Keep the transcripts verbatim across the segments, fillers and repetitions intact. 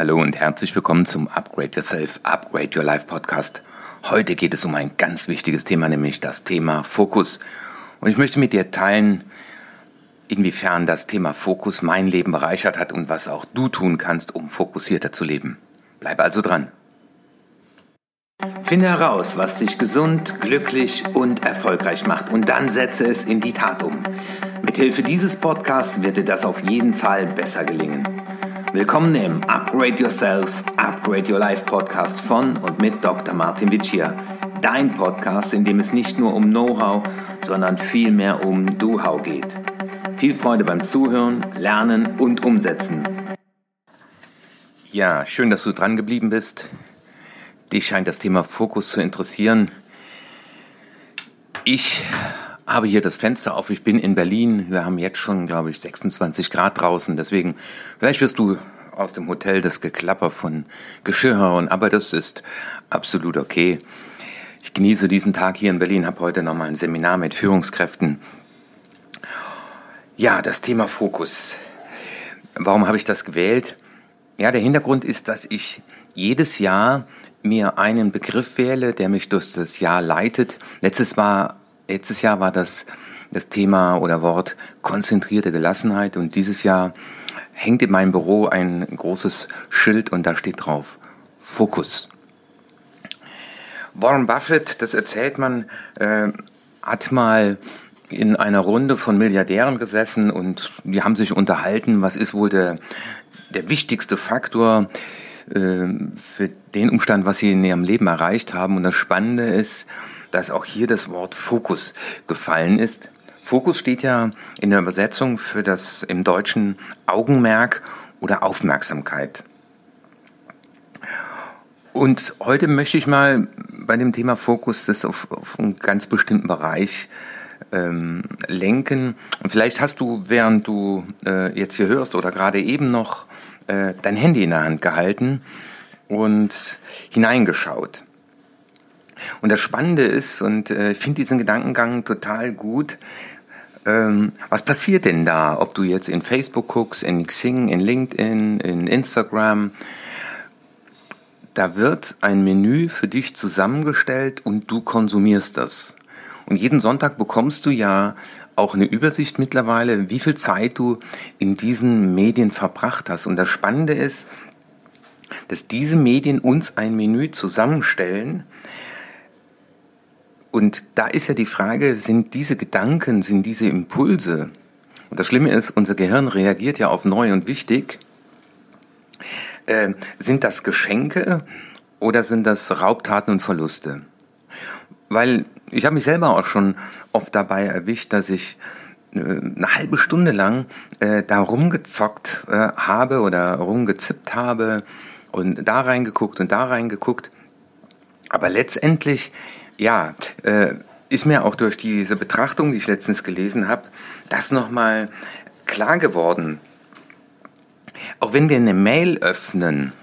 Hallo und herzlich willkommen zum Upgrade Yourself, Upgrade Your Life Podcast. Heute geht es um ein ganz wichtiges Thema, nämlich das Thema Fokus. Und ich möchte mit dir teilen, inwiefern das Thema Fokus mein Leben bereichert hat und was auch du tun kannst, um fokussierter zu leben. Bleib also dran. Finde heraus, was dich gesund, glücklich und erfolgreich macht und dann setze es in die Tat um. Mithilfe dieses Podcasts wird dir das auf jeden Fall besser gelingen. Willkommen im Upgrade Yourself, Upgrade Your Life Podcast von und mit Doktor Martin Vicia. Dein Podcast, in dem es nicht nur um Know-how, sondern vielmehr um Do-how geht. Viel Freude beim Zuhören, Lernen und Umsetzen. Ja, schön, dass du dran geblieben bist. Dich scheint das Thema Fokus zu interessieren. Ich habe hier das Fenster auf, ich bin in Berlin. Wir haben jetzt schon, glaube ich, sechsundzwanzig Grad draußen. Deswegen, vielleicht wirst du aus dem Hotel das Geklapper von Geschirr hören, aber das ist absolut okay. Ich genieße diesen Tag hier in Berlin, habe heute nochmal ein Seminar mit Führungskräften. Ja, das Thema Fokus. Warum habe ich das gewählt? Ja, der Hintergrund ist, dass ich jedes Jahr mir einen Begriff wähle, der mich durch das Jahr leitet. Letztes war Letztes Jahr war das das Thema oder Wort konzentrierte Gelassenheit und dieses Jahr hängt in meinem Büro ein großes Schild und da steht drauf Fokus. Warren Buffett, das erzählt man, äh, hat mal in einer Runde von Milliardären gesessen und die haben sich unterhalten, was ist wohl der, der wichtigste Faktor äh, für den Umstand, was sie in ihrem Leben erreicht haben. Und das Spannende ist, dass auch hier das Wort Fokus gefallen ist. Fokus steht ja in der Übersetzung für das im Deutschen Augenmerk oder Aufmerksamkeit. Und heute möchte ich mal bei dem Thema Fokus das auf, auf einen ganz bestimmten Bereich ähm, lenken. Und vielleicht hast du, während du äh, jetzt hier hörst oder gerade eben noch äh, dein Handy in der Hand gehalten und hineingeschaut. Und das Spannende ist, und äh, ich finde diesen Gedankengang total gut, ähm, was passiert denn da, ob du jetzt in Facebook guckst, in Xing, in LinkedIn, in Instagram, da wird ein Menü für dich zusammengestellt und du konsumierst das. Und jeden Sonntag bekommst du ja auch eine Übersicht mittlerweile, wie viel Zeit du in diesen Medien verbracht hast. Und das Spannende ist, dass diese Medien uns ein Menü zusammenstellen. Und da ist ja die Frage, sind diese Gedanken, sind diese Impulse, und das Schlimme ist, unser Gehirn reagiert ja auf neu und wichtig, äh, sind das Geschenke oder sind das Raubtaten und Verluste? Weil ich habe mich selber auch schon oft dabei erwischt, dass ich äh, eine halbe Stunde lang äh, da rumgezockt äh, habe oder rumgezippt habe und da reingeguckt und da reingeguckt. Aber letztendlich Ja, äh, ist mir auch durch diese Betrachtung, die ich letztens gelesen habe, das nochmal klar geworden. Auch wenn wir eine Mail öffnen,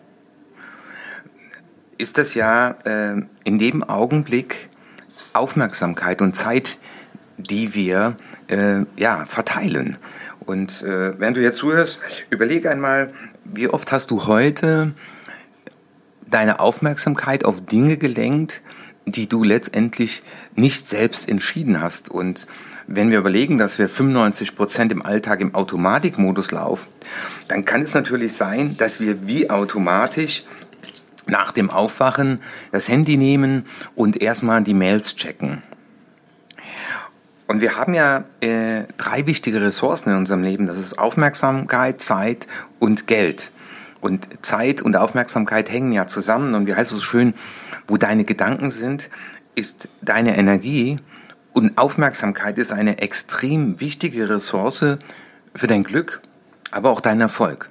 ist das ja äh, in dem Augenblick Aufmerksamkeit und Zeit, die wir äh, ja, verteilen. Und äh, wenn du jetzt zuhörst, überlege einmal, wie oft hast du heute deine Aufmerksamkeit auf Dinge gelenkt, die du letztendlich nicht selbst entschieden hast. Und wenn wir überlegen, dass wir fünfundneunzig Prozent im Alltag im Automatikmodus laufen, dann kann es natürlich sein, dass wir wie automatisch nach dem Aufwachen das Handy nehmen und erstmal die Mails checken. Und wir haben ja äh, drei wichtige Ressourcen in unserem Leben. Das ist Aufmerksamkeit, Zeit und Geld. Und Zeit und Aufmerksamkeit hängen ja zusammen. Und wie heißt es so schön, wo deine Gedanken sind, ist deine Energie. Und Aufmerksamkeit ist eine extrem wichtige Ressource für dein Glück, aber auch deinen Erfolg.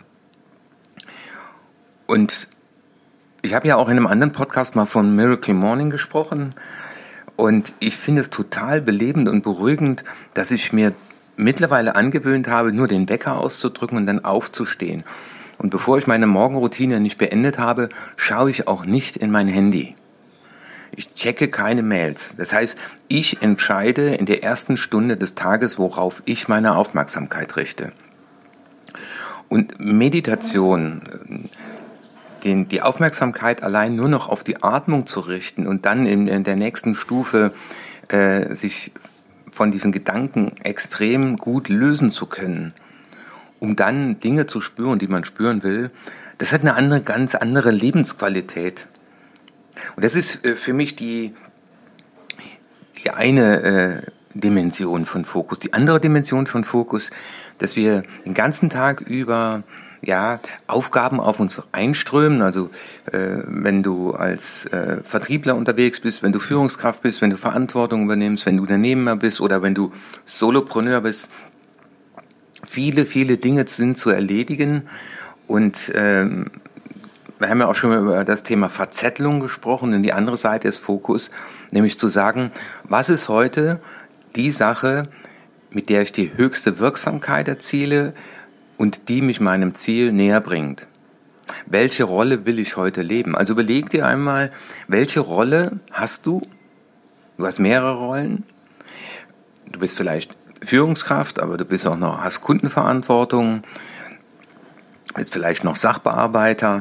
Und ich habe ja auch in einem anderen Podcast mal von Miracle Morning gesprochen. Und ich finde es total belebend und beruhigend, dass ich mir mittlerweile angewöhnt habe, nur den Wecker auszudrücken und dann aufzustehen. Und bevor ich meine Morgenroutine nicht beendet habe, schaue ich auch nicht in mein Handy. Ich checke keine Mails. Das heißt, ich entscheide in der ersten Stunde des Tages, worauf ich meine Aufmerksamkeit richte. Und Meditation, den, die Aufmerksamkeit allein nur noch auf die Atmung zu richten und dann in, in der nächsten Stufe äh, sich von diesen Gedanken extrem gut lösen zu können, um dann Dinge zu spüren, die man spüren will, das hat eine andere, ganz andere Lebensqualität. Und das ist äh, für mich die, die eine äh, Dimension von Fokus. Die andere Dimension von Fokus, dass wir den ganzen Tag über ja, Aufgaben auf uns einströmen. Also äh, wenn du als äh, Vertriebler unterwegs bist, wenn du Führungskraft bist, wenn du Verantwortung übernimmst, wenn du Unternehmer bist oder wenn du Solopreneur bist, viele, viele Dinge sind zu erledigen. Und ähm, wir haben ja auch schon mal über das Thema Verzettelung gesprochen und die andere Seite ist Fokus, nämlich zu sagen, was ist heute die Sache, mit der ich die höchste Wirksamkeit erziele und die mich meinem Ziel näher bringt. Welche Rolle will ich heute leben? Also überleg dir einmal, welche Rolle hast du? Du hast mehrere Rollen. Du bist vielleicht Führungskraft, aber du bist auch noch, hast Kundenverantwortung, bist vielleicht noch Sachbearbeiter.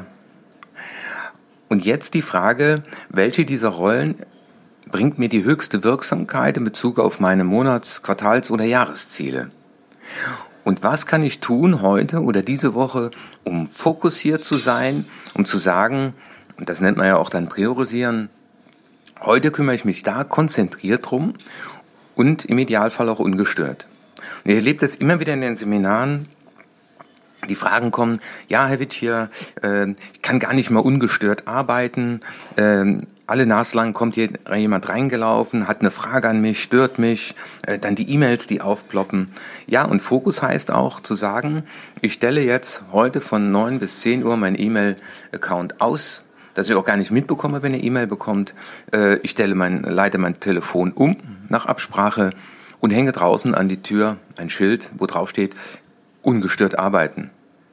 Und jetzt die Frage, welche dieser Rollen bringt mir die höchste Wirksamkeit in Bezug auf meine Monats-, Quartals- oder Jahresziele? Und was kann ich tun heute oder diese Woche, um fokussiert zu sein, um zu sagen, und das nennt man ja auch dann priorisieren, heute kümmere ich mich da konzentriert drum und im Idealfall auch ungestört. Und ich erlebe das immer wieder in den Seminaren, die Fragen kommen, ja, Herr Witt, hier, äh, ich kann gar nicht mal ungestört arbeiten, äh, alle naslang kommt hier jemand reingelaufen, hat eine Frage an mich, stört mich, äh, dann die E-Mails, die aufploppen. Ja, und Fokus heißt auch zu sagen, ich stelle jetzt heute von neun bis zehn Uhr meinen E-Mail-Account aus, dass ich auch gar nicht mitbekomme, wenn ihr E-Mail bekommt. Äh, ich stelle mein, leite mein Telefon um nach Absprache und hänge draußen an die Tür ein Schild, wo drauf steht, ungestört arbeiten.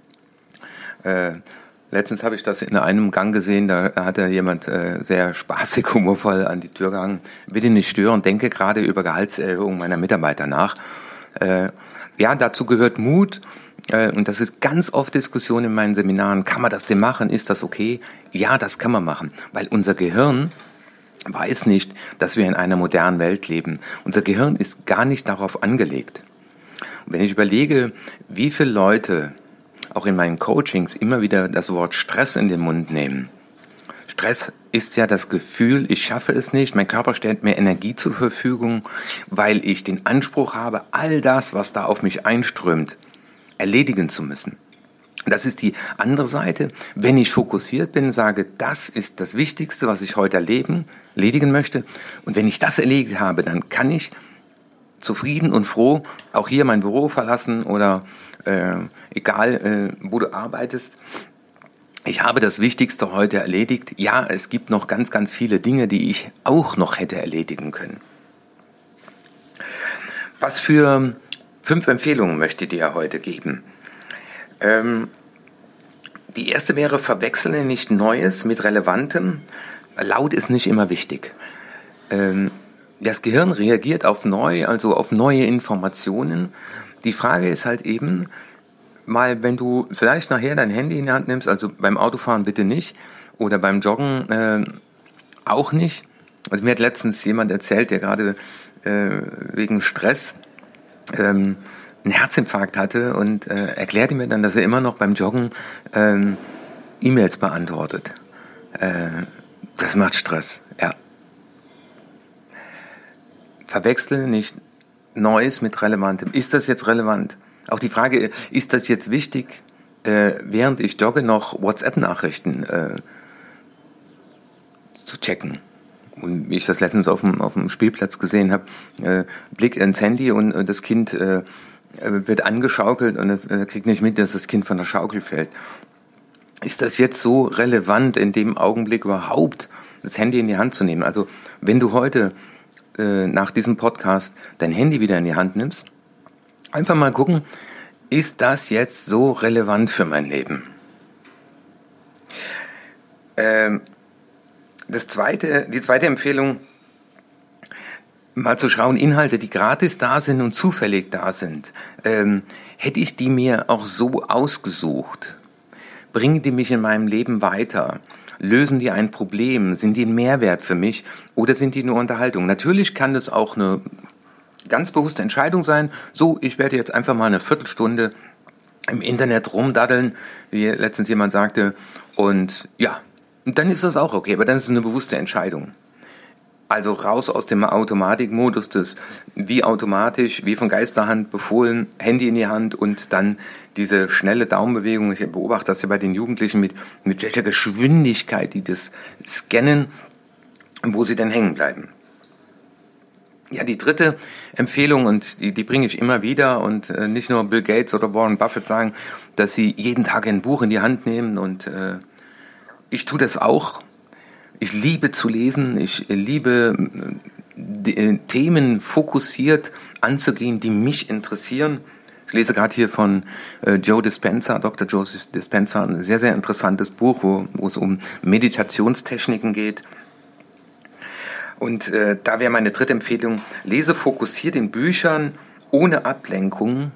Äh, letztens habe ich das in einem Gang gesehen, da hat ja jemand äh, sehr spaßig, humorvoll an die Tür gegangen. Bitte nicht stören, denke gerade über Gehaltserhöhung meiner Mitarbeiter nach. Äh, ja, dazu gehört Mut äh, und das ist ganz oft Diskussion in meinen Seminaren. Kann man das denn machen? Ist das okay? Ja, das kann man machen, weil unser Gehirn weiß nicht, dass wir in einer modernen Welt leben. Unser Gehirn ist gar nicht darauf angelegt. Und wenn ich überlege, wie viele Leute auch in meinen Coachings immer wieder das Wort Stress in den Mund nehmen. Stress ist ja das Gefühl, ich schaffe es nicht, mein Körper stellt mir Energie zur Verfügung, weil ich den Anspruch habe, all das, was da auf mich einströmt, erledigen zu müssen. Das ist die andere Seite. Wenn ich fokussiert bin, sage, das ist das Wichtigste, was ich heute erleben, erledigen möchte. Und wenn ich das erledigt habe, dann kann ich zufrieden und froh auch hier mein Büro verlassen oder äh, egal, äh, wo du arbeitest. Ich habe das Wichtigste heute erledigt. Ja, es gibt noch ganz, ganz viele Dinge, die ich auch noch hätte erledigen können. Was für fünf Empfehlungen möchte ich dir heute geben? Ähm, die erste wäre, verwechsle nicht Neues mit Relevantem. Laut ist nicht immer wichtig. Ähm, Das Gehirn reagiert auf neu, also auf neue Informationen. Die Frage ist halt eben, mal wenn du vielleicht nachher dein Handy in die Hand nimmst, also beim Autofahren bitte nicht oder beim Joggen äh, auch nicht. Also mir hat letztens jemand erzählt, der gerade äh, wegen Stress ähm, einen Herzinfarkt hatte und äh, erklärte mir dann, dass er immer noch beim Joggen äh, E-Mails beantwortet. Äh, das macht Stress, ja. Verwechsle nicht Neues mit Relevantem. Ist das jetzt relevant? Auch die Frage, ist das jetzt wichtig, äh, während ich jogge, noch WhatsApp-Nachrichten äh, zu checken? Und wie ich das letztens auf dem, auf dem Spielplatz gesehen habe, äh, Blick ins Handy und äh, das Kind äh, wird angeschaukelt und äh, kriegt nicht mit, dass das Kind von der Schaukel fällt. Ist das jetzt so relevant, in dem Augenblick überhaupt das Handy in die Hand zu nehmen? Also wenn du heute nach diesem Podcast dein Handy wieder in die Hand nimmst, einfach mal gucken, ist das jetzt so relevant für mein Leben? Ähm, das zweite, die zweite Empfehlung, mal zu schauen, Inhalte, die gratis da sind und zufällig da sind, ähm, hätte ich die mir auch so ausgesucht? Bringen die mich in meinem Leben weiter? Lösen die ein Problem? Sind die ein Mehrwert für mich? Oder sind die nur Unterhaltung? Natürlich kann das auch eine ganz bewusste Entscheidung sein. So, ich werde jetzt einfach mal eine Viertelstunde im Internet rumdaddeln, wie letztens jemand sagte. Und ja, dann ist das auch okay, aber dann ist es eine bewusste Entscheidung. Also raus aus dem Automatikmodus des wie automatisch, wie von Geisterhand befohlen, Handy in die Hand und dann diese schnelle Daumenbewegung. Ich beobachte das ja bei den Jugendlichen mit, mit welcher Geschwindigkeit die das scannen, wo sie dann hängen bleiben. Ja, die dritte Empfehlung, und die, die bringe ich immer wieder, und äh, nicht nur Bill Gates oder Warren Buffett sagen, dass sie jeden Tag ein Buch in die Hand nehmen, und äh, ich tue das auch. Ich liebe zu lesen, ich liebe die Themen fokussiert anzugehen, die mich interessieren. Ich lese gerade hier von äh, Joe Dispenza, Doktor Joe Dispenza, ein sehr, sehr interessantes Buch, wo, wo es um Meditationstechniken geht. Und äh, da wäre meine dritte Empfehlung: Lese fokussiert in Büchern ohne Ablenkung,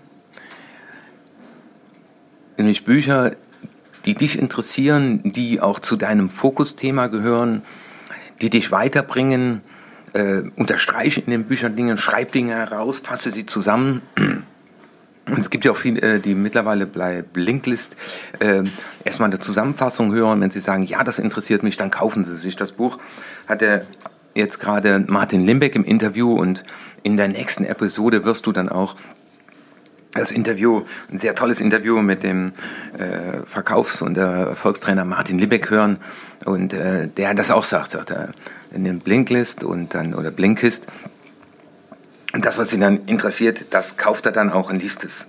nämlich Bücher, die dich interessieren, die auch zu deinem Fokusthema gehören, die dich weiterbringen. Äh, unterstreiche in den Büchern Dinge, schreib Dinge heraus, fasse sie zusammen. Und es gibt ja auch viele, äh, die mittlerweile bei Blinkist äh, erstmal eine Zusammenfassung hören. Wenn sie sagen, ja, das interessiert mich, dann kaufen sie sich das Buch. Hat er jetzt gerade Martin Limbeck im Interview, und in der nächsten Episode wirst du dann auch das Interview, ein sehr tolles Interview mit dem äh, Verkaufs- und äh, Erfolgstrainer Martin Limbeck hören, und äh, der das auch sagt, sagt er, in dem Blinkist und dann oder Blinkist. Und das, was ihn dann interessiert, das kauft er dann auch und liest es.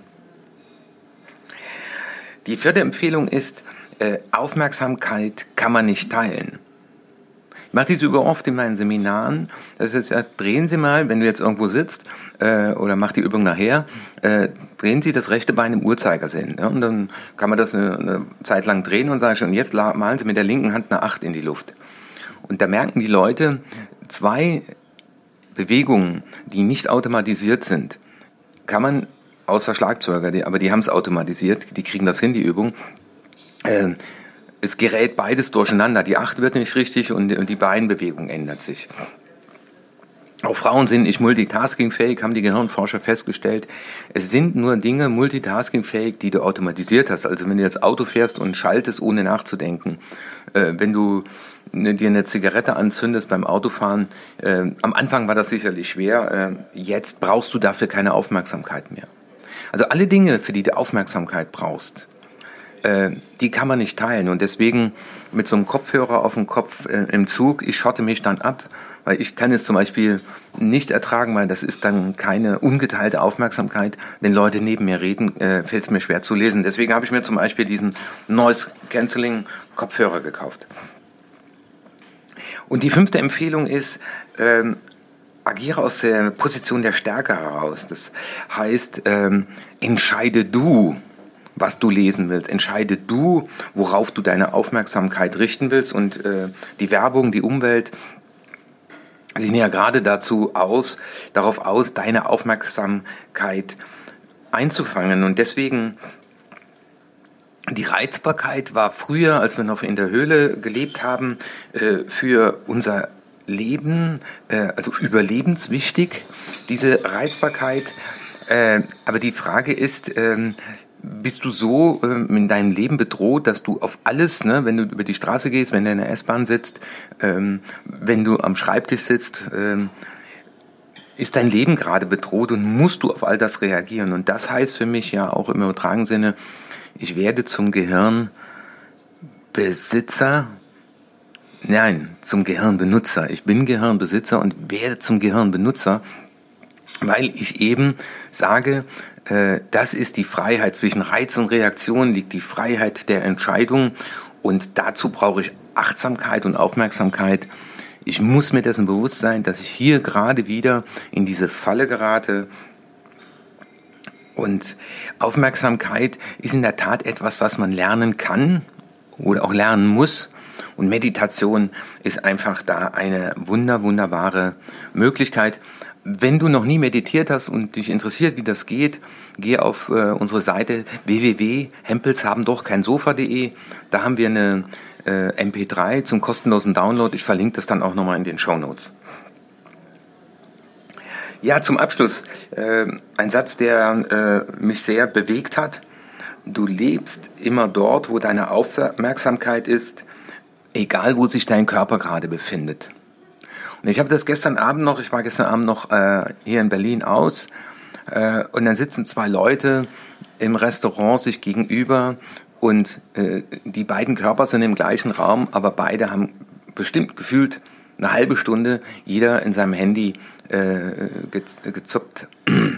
Die vierte Empfehlung ist, äh, Aufmerksamkeit kann man nicht teilen. Ich mache diese Übung oft in meinen Seminaren. Das ist, ja, drehen Sie mal, wenn du jetzt irgendwo sitzt, äh, oder mach die Übung nachher, äh, drehen Sie das rechte Bein im Uhrzeigersinn. Ja, und dann kann man das eine, eine Zeit lang drehen und sagen schon, jetzt malen Sie mit der linken Hand eine acht in die Luft. Und da merken die Leute, zwei Bewegungen, die nicht automatisiert sind, kann man, außer Schlagzeuger, die, aber die haben es automatisiert, die kriegen das hin, die Übung, äh, es gerät beides durcheinander. Die acht wird nicht richtig und die Beinbewegung ändert sich. Auch Frauen sind nicht multitaskingfähig, haben die Gehirnforscher festgestellt. Es sind nur Dinge multitaskingfähig, die du automatisiert hast. Also wenn du jetzt Auto fährst und schaltest, ohne nachzudenken. Äh, wenn du ne, dir eine Zigarette anzündest beim Autofahren, äh, am Anfang war das sicherlich schwer. Äh, jetzt brauchst du dafür keine Aufmerksamkeit mehr. Also alle Dinge, für die du Aufmerksamkeit brauchst, die kann man nicht teilen, und deswegen mit so einem Kopfhörer auf dem Kopf äh, im Zug, ich schotte mich dann ab, weil ich kann es zum Beispiel nicht ertragen, weil das ist dann keine ungeteilte Aufmerksamkeit. Wenn Leute neben mir reden, äh, fällt es mir schwer zu lesen. Deswegen habe ich mir zum Beispiel diesen Noise Cancelling Kopfhörer gekauft. Und die fünfte Empfehlung ist, ähm, agiere aus der Position der Stärke heraus. Das heißt, ähm, entscheide du, was du lesen willst. Entscheide du, worauf du deine Aufmerksamkeit richten willst. Und äh, die Werbung, die Umwelt sehen ja gerade dazu aus, darauf aus, deine Aufmerksamkeit einzufangen. Und deswegen, die Reizbarkeit war früher, als wir noch in der Höhle gelebt haben, äh, für unser Leben, äh, also überlebenswichtig, diese Reizbarkeit. Äh, aber die Frage ist, äh, bist du so ähm, in deinem Leben bedroht, dass du auf alles, ne, wenn du über die Straße gehst, wenn du in der S-Bahn sitzt, ähm, wenn du am Schreibtisch sitzt, ähm, ist dein Leben gerade bedroht und musst du auf all das reagieren. Und das heißt für mich ja auch im übertragenen Sinne, ich werde zum Gehirnbesitzer, nein, zum Gehirnbenutzer. Ich bin Gehirnbesitzer und werde zum Gehirnbenutzer, weil ich eben sage, das ist die Freiheit. Zwischen Reiz und Reaktion liegt die Freiheit der Entscheidung, und dazu brauche ich Achtsamkeit und Aufmerksamkeit. Ich muss mir dessen bewusst sein, dass ich hier gerade wieder in diese Falle gerate, und Aufmerksamkeit ist in der Tat etwas, was man lernen kann oder auch lernen muss, und Meditation ist einfach da eine wunder, wunderbare Möglichkeit. Wenn du noch nie meditiert hast und dich interessiert, wie das geht, geh auf äh, unsere Seite w w w punkt hempels haben doch kein sofa punkt de. Da haben wir eine äh, M P drei zum kostenlosen Download. Ich verlinke das dann auch nochmal in den Shownotes. Ja, zum Abschluss äh, ein Satz, der äh, mich sehr bewegt hat. Du lebst immer dort, wo deine Aufmerksamkeit ist, egal wo sich dein Körper gerade befindet. Und ich habe das gestern Abend noch, ich war gestern Abend noch äh, hier in Berlin aus äh, und dann sitzen zwei Leute im Restaurant sich gegenüber und äh, die beiden Körper sind im gleichen Raum, aber beide haben bestimmt gefühlt eine halbe Stunde jeder in seinem Handy äh, gezuppt.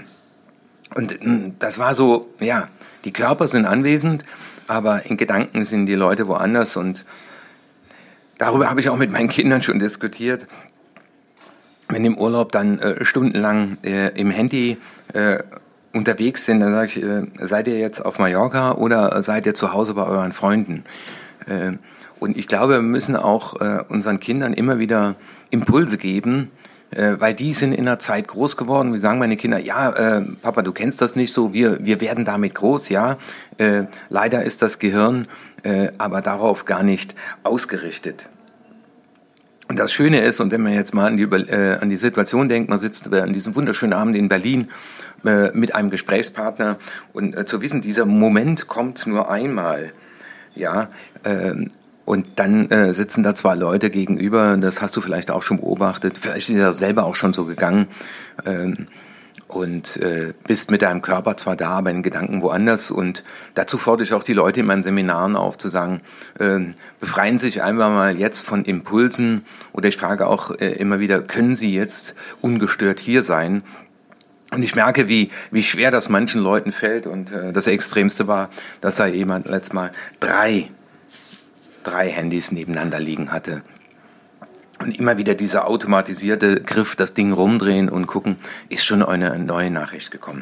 Und äh, das war so, ja, die Körper sind anwesend, aber in Gedanken sind die Leute woanders und darüber habe ich auch mit meinen Kindern schon diskutiert. Wenn im Urlaub dann äh, stundenlang äh, im Handy äh, unterwegs sind, dann sage ich, äh, seid ihr jetzt auf Mallorca oder seid ihr zu Hause bei euren Freunden? Äh, und ich glaube, wir müssen auch äh, unseren Kindern immer wieder Impulse geben, äh, weil die sind in einer Zeit groß geworden. Wir sagen meine Kinder, ja, äh, Papa, du kennst das nicht so, wir wir werden damit groß, ja. Äh, leider ist das Gehirn äh, aber darauf gar nicht ausgerichtet. Und das Schöne ist, und wenn man jetzt mal an die, äh, an die Situation denkt, man sitzt äh, an diesem wunderschönen Abend in Berlin äh, mit einem Gesprächspartner und äh, zu wissen, dieser Moment kommt nur einmal, ja, äh, und dann äh, sitzen da zwei Leute gegenüber, das hast du vielleicht auch schon beobachtet, vielleicht ist er selber auch schon so gegangen, äh, und äh, bist mit deinem Körper zwar da, aber in Gedanken woanders. Und dazu fordere ich auch die Leute in meinen Seminaren auf, zu sagen, äh, befreien Sie sich einfach mal jetzt von Impulsen. Oder ich frage auch äh, immer wieder, können Sie jetzt ungestört hier sein? Und ich merke, wie wie schwer das manchen Leuten fällt. Und äh, das Extremste war, dass da jemand letztes Mal drei, drei Handys nebeneinander liegen hatte. Und immer wieder dieser automatisierte Griff, das Ding rumdrehen und gucken, ist schon eine neue Nachricht gekommen.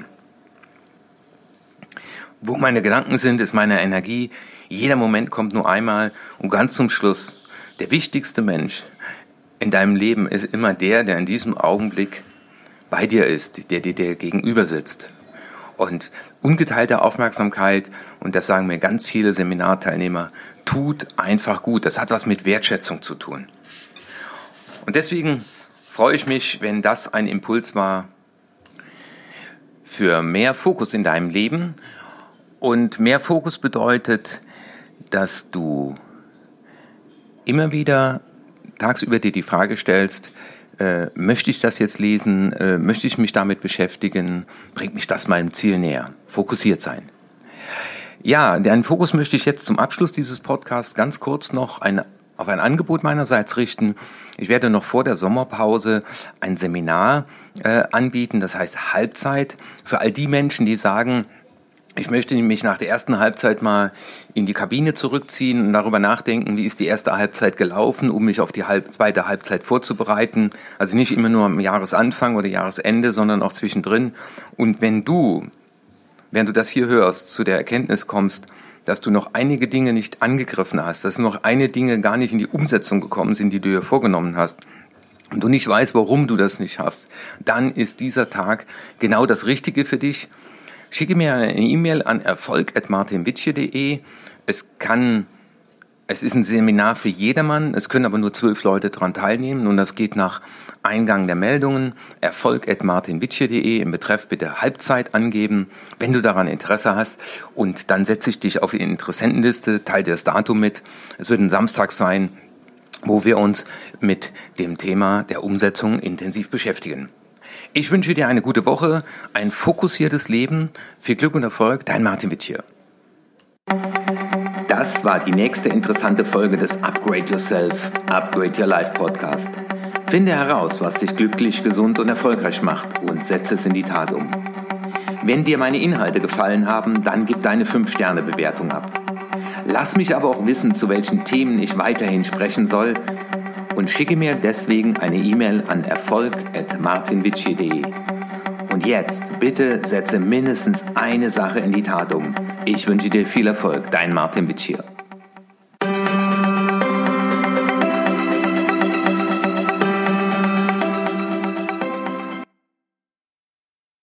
Wo meine Gedanken sind, ist meine Energie. Jeder Moment kommt nur einmal. Und ganz zum Schluss, der wichtigste Mensch in deinem Leben ist immer der, der in diesem Augenblick bei dir ist, der dir der gegenüber sitzt. Und ungeteilte Aufmerksamkeit, und das sagen mir ganz viele Seminarteilnehmer, tut einfach gut. Das hat was mit Wertschätzung zu tun. Und deswegen freue ich mich, wenn das ein Impuls war für mehr Fokus in deinem Leben. Und mehr Fokus bedeutet, dass du immer wieder tagsüber dir die Frage stellst, äh, möchte ich das jetzt lesen, äh, möchte ich mich damit beschäftigen, bringt mich das meinem Ziel näher? Fokussiert sein. Ja, den Fokus möchte ich jetzt zum Abschluss dieses Podcasts ganz kurz noch eine auf ein Angebot meinerseits richten. Ich werde noch vor der Sommerpause ein Seminar äh, anbieten, das heißt Halbzeit, für all die Menschen, die sagen, ich möchte mich nach der ersten Halbzeit mal in die Kabine zurückziehen und darüber nachdenken, wie ist die erste Halbzeit gelaufen, um mich auf die halb, zweite Halbzeit vorzubereiten. Also nicht immer nur am Jahresanfang oder Jahresende, sondern auch zwischendrin. Und wenn du, wenn du das hier hörst, zu der Erkenntnis kommst, dass du noch einige Dinge nicht angegriffen hast, dass noch einige Dinge gar nicht in die Umsetzung gekommen sind, die du dir vorgenommen hast, und du nicht weißt, warum du das nicht hast, dann ist dieser Tag genau das Richtige für dich. Schicke mir eine E-Mail an erfolg at martin witsche punkt de. Es kann, es ist ein Seminar für jedermann, es können aber nur zwölf Leute daran teilnehmen und das geht nach Eingang der Meldungen. erfolg at martin witsche punkt de, im Betreff bitte Halbzeit angeben, wenn du daran Interesse hast, und dann setze ich dich auf die Interessentenliste, teile dir das Datum mit. Es wird ein Samstag sein, wo wir uns mit dem Thema der Umsetzung intensiv beschäftigen. Ich wünsche dir eine gute Woche, ein fokussiertes Leben, viel Glück und Erfolg, dein Martin Witsche. Das war die nächste interessante Folge des Upgrade Yourself, Upgrade Your Life Podcast. Finde heraus, was dich glücklich, gesund und erfolgreich macht und setze es in die Tat um. Wenn dir meine Inhalte gefallen haben, dann gib deine fünf Sterne Bewertung ab. Lass mich aber auch wissen, zu welchen Themen ich weiterhin sprechen soll, und schicke mir deswegen eine E-Mail an erfolg at martin witsche punkt de. Und jetzt bitte setze mindestens eine Sache in die Tat um. Ich wünsche dir viel Erfolg, dein Martin Witsche.